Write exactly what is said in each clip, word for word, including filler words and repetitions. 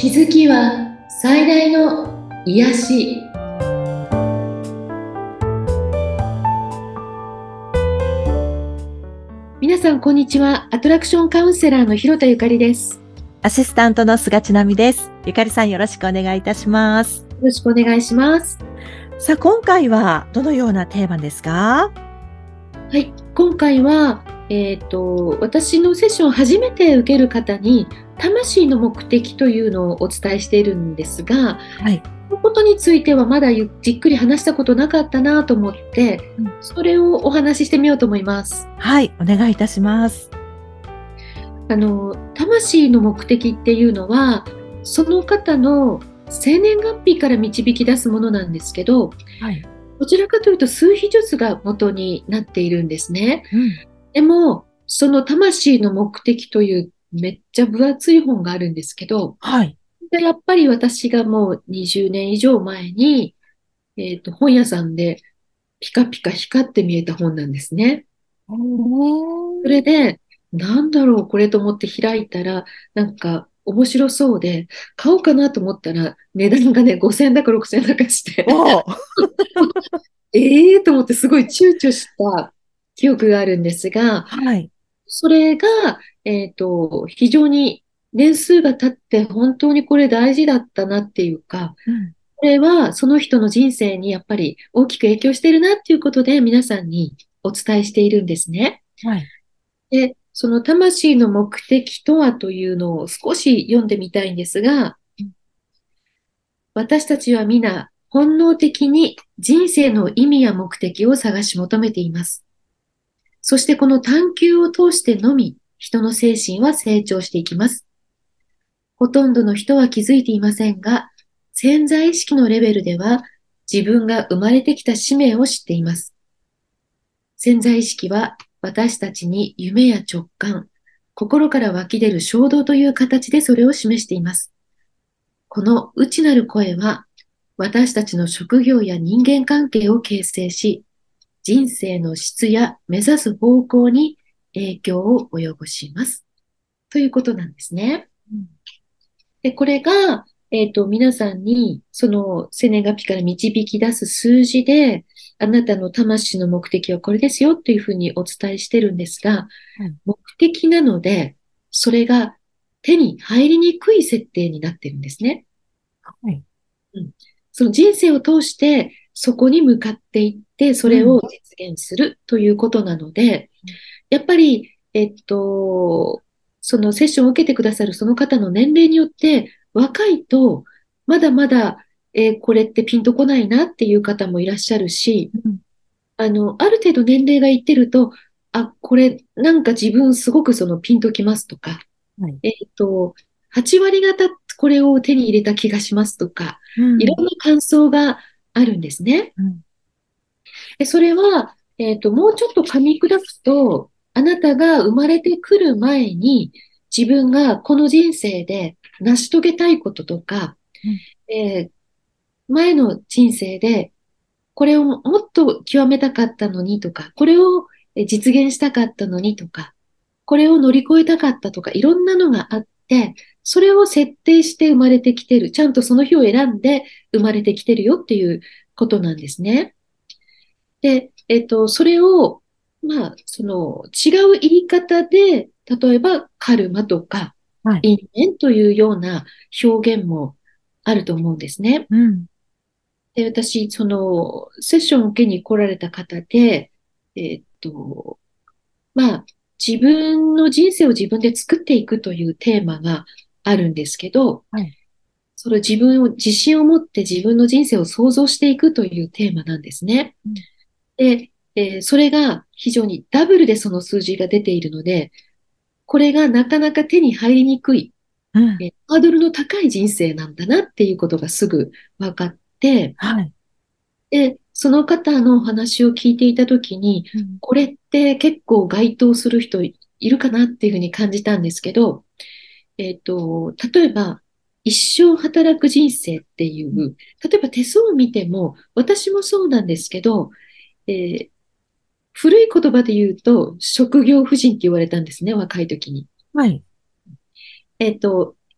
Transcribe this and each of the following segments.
気づきは最大の癒し。皆さんこんにちは。アトラクションカウンセラーの広田ゆかりです。 アシスタントの菅千奈美です。ゆかりさん、よろしくお願いいたします。 よろしくお願いします。 さあ、今回はどのようなテーマですか？ はい、今回は、えーと、私のセッションを初めて受ける方に魂の目的というのをお伝えしているんですが、 はい。 このことについてはまだゆじっくり話したことなかったなと思って、 うん、 それをお話ししてみようと思います。 はい、お願いいたします。 あの魂の目的っていうのはその方の生年月日から導き出すものなんですけど、 はい。 どちらかというと数秘術が元になっているんですね。 うん。 でもその魂の目的というめっちゃ分厚い本があるんですけど、 はい。 でやっぱり私がもうにじゅうねん以上前に、えーと、本屋さんでピカピカ光って見えた本なんですね。 おー。 それで、なんだろう、これと思って開いたら、なんか面白そうで、買おうかなと思ったら、値段がね、ごせんえんだかろくせんえんだかして、 おー。 ええと思ってすごい躊躇した記憶があるんですが、 はい。 それが、えっと、非常に年数が経って本当にこれ大事だったなっていうか、 うん。 これはその人の人生にやっぱり大きく影響しているなっていうことで皆さんにお伝えしているんですね。 はい。 で、その魂の目的とはというのを少し読んでみたいんですが、 うん。 私たちは皆本能的に人生の意味や目的を探し求めています。そしてこの探求を通してのみ人の精神は成長していきます。ほとんどの人は気づいていませんが、潜在意識のレベルでは自分が生まれてきた使命を知っています。潜在意識は私たちに夢や直感、心から湧き出る衝動という形でそれを示しています。この内なる声は私たちの職業や人間関係を形成し、人生の質や目指す方向に影響を及ぼします。ということなんですね。 うん。 で、これが、えっと、皆さんに、その生年月日から導き出す数字で、あなたの魂の目的はこれですよというふうにお伝えしてるんですが、 はい。 目的なので、それが手に入りにくい設定になってるんですね。 はい。 うん、その人生を通してそこに向かっていって、そうん。 れを実現するということなので、やっぱり、えっと、そのセッションを受けてくださるその方の年齢によって、若いと、まだまだ、えーこれってピンとこないなっていう方もいらっしゃるし、 うん。 あの、ある程度年齢がいってると、あ、これなんか自分すごくそのピンときますとか、 はい。 えっと、はち割方これを手に入れた気がしますとか、 うん。 いろんな感想があるんですね。 うん。 で、それは、えっと、もうちょっと噛み砕くと、あなたが生まれてくる前に、自分がこの人生で成し遂げたいこととか、 うん。 えー前の人生でこれをもっと極めたかったのにとか、これをえ実現したかったのにとか、これを乗り越えたかったとか、いろんなのがあって、それを設定して生まれてきてる。ちゃんとその日を選んで生まれてきてるよっていうことなんですね。で、えっと、それを、まあ、その違う言い方で、例えばカルマとかはい。 因縁というような表現もあると思うんですね。 うん。 で、私、その、セッションを受けに来られた方で、えっと、まあ、自分の人生を自分で作っていくというテーマがあるんですけど、 はい。 それ自分を、自信を持って自分の人生を創造していくというテーマなんですね。 うん。 で、えーそれが非常にダブルでその数字が出ているので、これがなかなか手に入りにくい、 うん。 えーハードルの高い人生なんだなっていうことがすぐ分かって、 はい。 で、その方のお話を聞いていたときに、 うん。 これって結構該当する人いいるかなっていうふうに感じたんですけど、えっと、例えば、一生働く人生っていうん。 う、例えば手相を見ても、私もそうなんですけど、えー古い言葉で言うと、職業婦人って言われたんですね、若い時に。 はい。 えっと、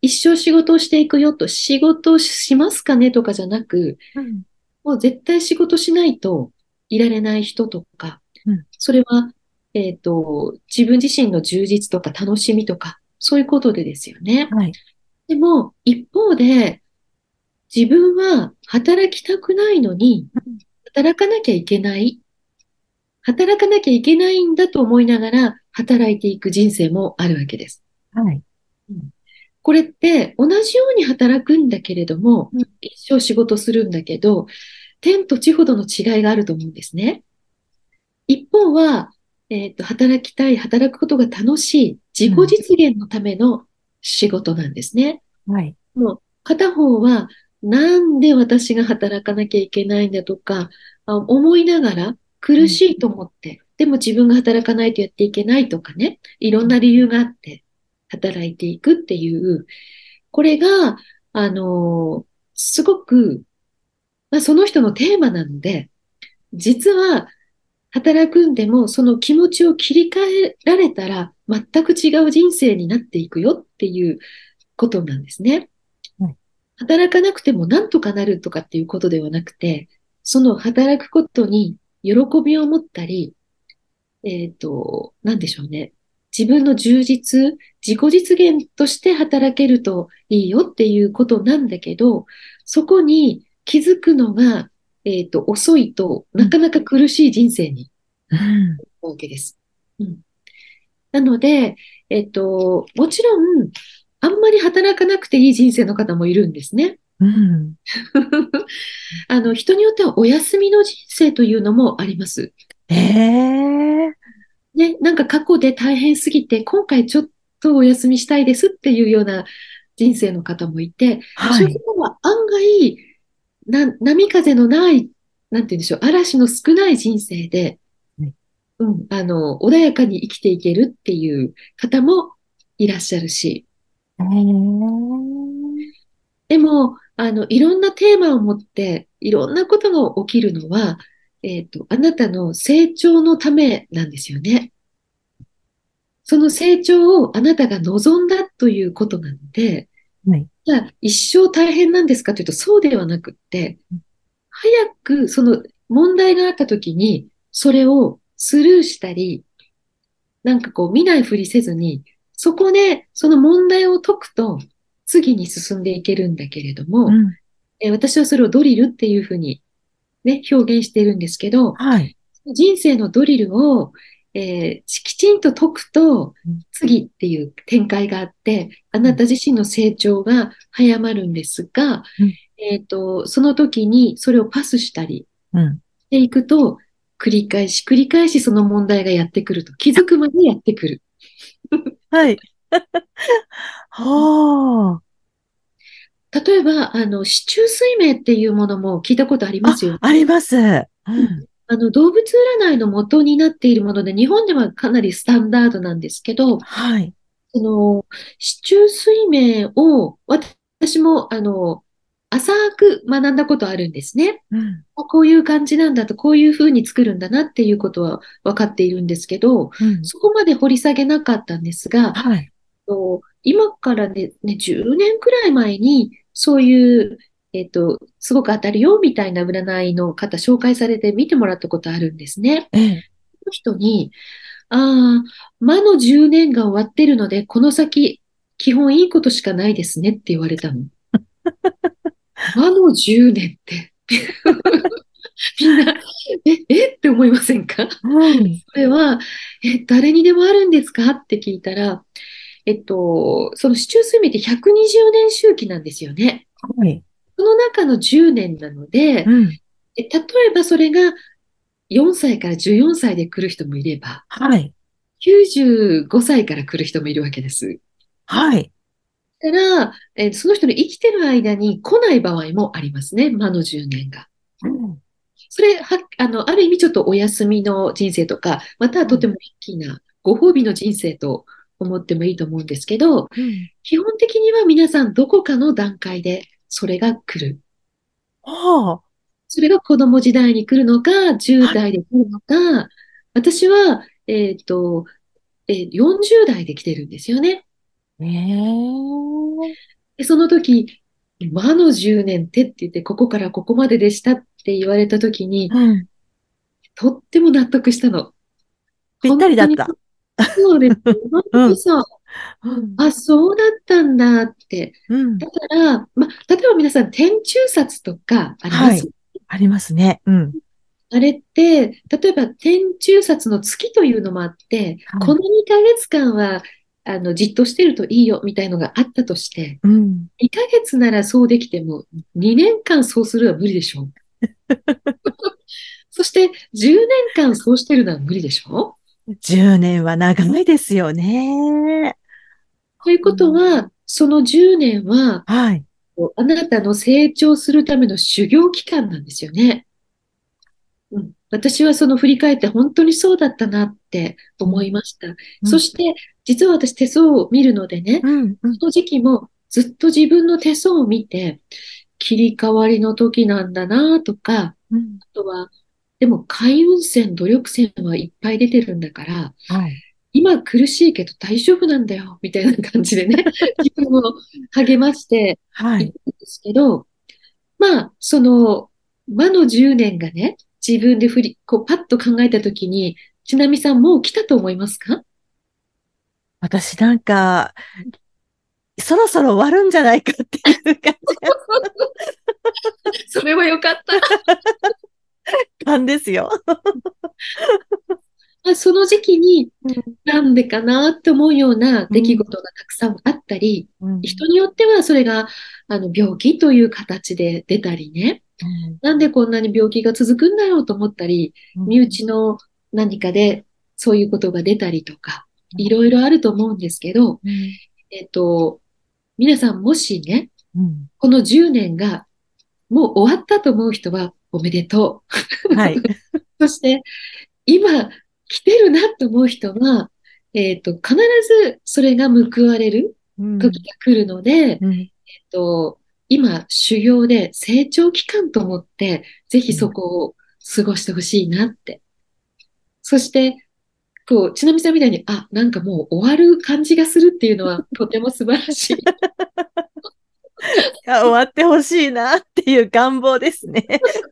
一生仕事をしていくよと、仕事をしますかねとかじゃなく、 うん。 もう絶対仕事しないといられない人とか、 うん。 それは、えっと、自分自身の充実とか楽しみとか、そういうことでですよね。 はい。 でも、一方で、自分は働きたくないのに、 うん。 働かなきゃいけない。働かなきゃいけないんだと思いながら、働いていく人生もあるわけです。 はい。 うんこれって同じように働くんだけれども、 うん。 一生仕事するんだけど、天と地ほどの違いがあると思うんですね。一方は、えっと、働きたい、働くことが楽しい、自己うん。 実現のための仕事なんですね。 はい。 もう片方は、なんで私が働かなきゃいけないんだとか、あ思いながらうん。 苦しいと思って、でも自分が働かないとやっていけないとかね、いろんな理由があって働いていくっていう、これが、あの、すごく、まあ、その人のテーマなので、実は働くんでもその気持ちを切り替えられたら全く違う人生になっていくよっていうことなんですね。 はい。 働かなくてもなんとかなるとかっていうことではなくて、その働くことに喜びを持ったり、えっと、なんでしょうね。自分の充実、自己実現として働けるといいよっていうことなんだけど、そこに気づくのが、えっと、遅いとうん。 なかなか苦しい人生にうん。 なるわけです。うん、なので、えっと、もちろん、あんまり働かなくていい人生の方もいるんですね。 うん。 あの、人によってはお休みの人生というのもあります。 ええ。 ね、なんか過去で大変すぎて、今回ちょっとお休みしたいですっていうような人生の方もいて、そういうはい。 方は案外、な、波風のない、なんて言うんでしょう、嵐の少ない人生で、 うん。 うん、あの、穏やかに生きていけるっていう方もいらっしゃるし、 ええ。 でも、あの、いろんなテーマを持って、いろんなことが起きるのは、えっと、あなたの成長のためなんですよね。その成長をあなたが望んだということなので、 はい。 じゃあ一生大変なんですかというとそうではなくって、早くその問題があった時に、それをスルーしたり、なんかこう見ないふりせずに、そこでその問題を解くと次に進んでいけるんだけれども、 うん。 えー私はそれをドリルっていうふうにね、表現しているんですけど、 はい。 人生のドリルを、えーきちんと解くと、 うん。 次っていう展開があって、あうん。 なた自身の成長が早まるんですが、 うん。 えっと、その時にそれをパスしたりうん。 していくと、繰り返し繰り返しその問題がやってくると。気づくまでやってくる。 はい。は例えば、あの、四柱推命っていうものも聞いたことありあ。 ますよね。 あ、あります。ううんん。 あの、動物占いの元になっているもので、日本ではかなりスタンダードなんですけど、 はい。 その、四柱推命を、私も、あの、浅く学んだことあるんですね。 うん。 こういう感じなんだと、こういうふうに作るんだなっていうことは分かっているんですけど、 うん。 そこまで掘り下げなかったんですが、 はい。 と今からね、ね、じゅうねんくらい前に、そういう、えっと、すごく当たるよみたいな占いの方紹介されて見てもらったことあるんですね。 ええ。 その人に、ああ、魔のじゅうねんが終わってるので、この先、基本いいことしかないですねって言われたの。魔のじゅうねんって。みんな、え、えって思いませんか？ うん。 それは、え、誰にでもあるんですかって聞いたら、えっと、その市中睡眠ってひゃくにじゅうねん周期なんですよね。 はい。 その中のじゅうねんなので、 うん。 え例えばそれがよんさいからじゅうよんさいで来る人もいれば、 はい。 きゅうじゅうごさいから来る人もいるわけです。 はい。 だから、えーその人の生きてる間に来ない場合もありますね、魔のじゅうねんが。 うん。 それは、あの、ある意味ちょっとお休みの人生とか、またははい。 とても大きなご褒美の人生と思ってもいいと思うんですけど、 うん。 基本的には皆さんどこかの段階でそれが来る。 はそれが子供時代に来るのか、 あ。 じゅうはい。 代で来るのか、私は、えっと、えーよんじゅう代で来てるんですよね。 ええ。 で、その時、魔のじゅうねんってって言って、ここからここまででしたって言われた時に、 うん。 とっても納得したの。 ぴった本当に、 りだった。 そうです。本当うん。 にそう。 うん。 あ、そうだったんだって。 うん。 だから、ま、例えば皆さん、天中殺とかありまはい。 す？ ありますね。うん。 あれって、例えば天中殺の月というのもあって、 はい。 このにかげつかんは、あの、じっとしてるといいよみたいのがあったとして、 うん。 にかげつならそうできても、にねんかんそうするのは無理でしょ。そしてじゅうねんかんそうしてるのは無理でしょ。 じゅうねんは長いですよね。 ということうん。 は、そのじゅうねんは、 はい。 あなたの成長するための修行期間なんですよね。うん、私はその振り返って本当にそうだったなって思うん。 いました。 うん。 そして、実は私手相を見るのでね、 うん。うん。 その時期もずっと自分の手相を見て、切り替わりの時なんだなとか、あうん。 とは、でも海運線、努力線はいっぱい出てるんだから、 はい。 今苦しいけど大丈夫なんだよ、みたいな感じでね、自分を励ましてはい。 いくんですけど、まあ、その、魔のじゅうねんがね、自分で振り、こう、パッと考えたときに、ちなみさんもう来たと思いますか？ 私なんか、そろそろ終わるんじゃないかっていう感じが、 それはよかった。 感ですよ。 まあ、その時期に、 うん。 なんでかなって思うような出来うん。 事がたくさんあったり、 うん。 人によってはそれが、あの、病気という形で出たりね、 うん。 なんでこんなに病気が続くんだろうと思ったり、身うん。 内の何かでそういうことが出たりとか、いろいろあると思うんですけど、 うん。 えっと、皆さんもしね、 うん。 このじゅうねんがもう終わったと思う人はおめでとう。 はい。 そして、今来てるなと思う人は、えっと、必ずそれが報われるうん。 時が来るので、えっうん。 と、今、修行で成長期間と思って、ぜひそうん。 こを過ごしてほしいなって。そして、こう、ちなみさんみたいに、あ、なんかもう終わる感じがするっていうのはとても素晴らしい。 いや、終わってほしいなっていう願望ですね。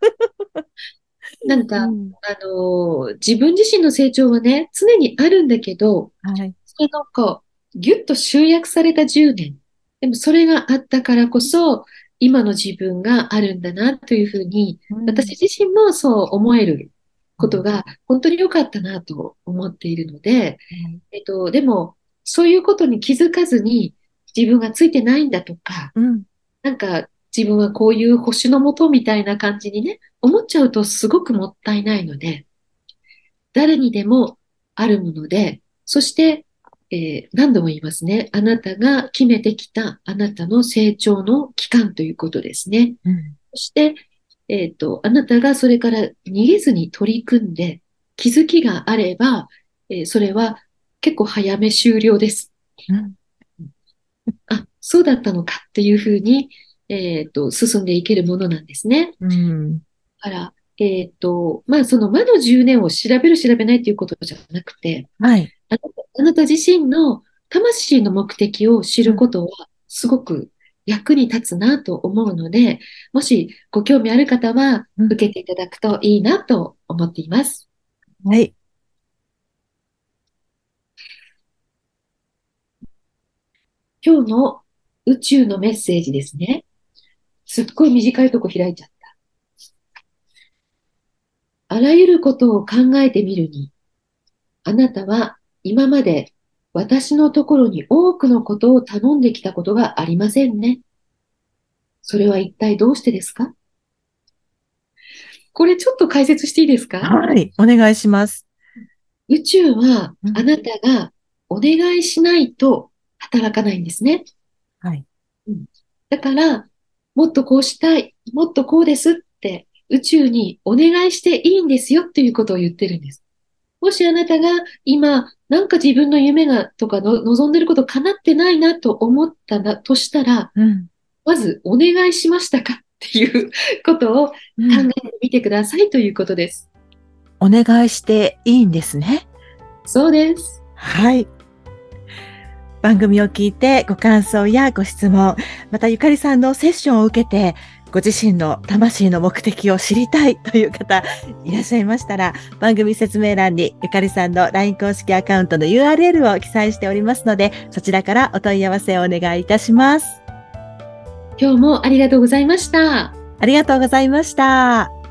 なんか、 うん。 あのー自分自身の成長はね、常にあるんだけど、 はい。 それなんか、ぎゅっと集約されたじゅうねん。でもそれがあったからこそ、今の自分があるんだなというふうに、 うん。 私自身もそう思えるうん。 ことが本当に良かったなと思っているので、 はい。 えっと、でも、そういうことに気づかずに自分がついてないんだとか、 うん。 なんか自分はこういう星の下みたいな感じにね、思っちゃうとすごくもったいないので、誰にでもあるもので、そして、えー何度も言いますね。あなたが決めてきたあなたの成長の期間ということですね。 うん。 そして、えっと、あなたがそれから逃げずに取り組んで気づきがあれば、えーそれは結構早め終了です。 うん。 あ、そうだったのかっていうふうに、えっと、進んでいけるものなんですね。 うん。 だから、えっと、まあ、その魔のじゅうねんを調べる調べないっていうことじゃなくて、 はい。 あなた、あなた自身の魂の目的を知うん。 ることはすごく役に立つなと思うので、もしご興味ある方はうん。 受けていただくといいなと思っています。 はい。 今日の宇宙のメッセージですね。すっごい短いとこ開いちゃった。あらゆることを考えてみるに、あなたは今まで私のところに多くのことを頼んできたことがありませんね。それは一体どうしてですか？これちょっと解説していいですか？ はい。お願いします。 宇宙はうん。 あなたがお願いしないと働かないんですね。 はい。 うん、だから、もっとこうしたい、もっとこうですって宇宙にお願いしていいんですよっていうことを言ってるんです。もしあなたが今、なんか自分の夢がとかの望んでること叶ってないなと思ったなとしたら、 うん。 まずお願いしましたかっていうことを考うん。 えてみてくださいということです。 お願いしていいんですね。 そうです。 はい。 番組を聞いてご感想やご質問、またゆかりさんのセッションを受けて、ご自身の魂の目的を知りたいという方いらっしゃいましたら、番組説明欄にゆかりさんの ライン 公式アカウントの ユーアールエル を記載しておりますので、そちらからお問い合わせをお願いいたします。 今日もありがとうございました。 ありがとうございました。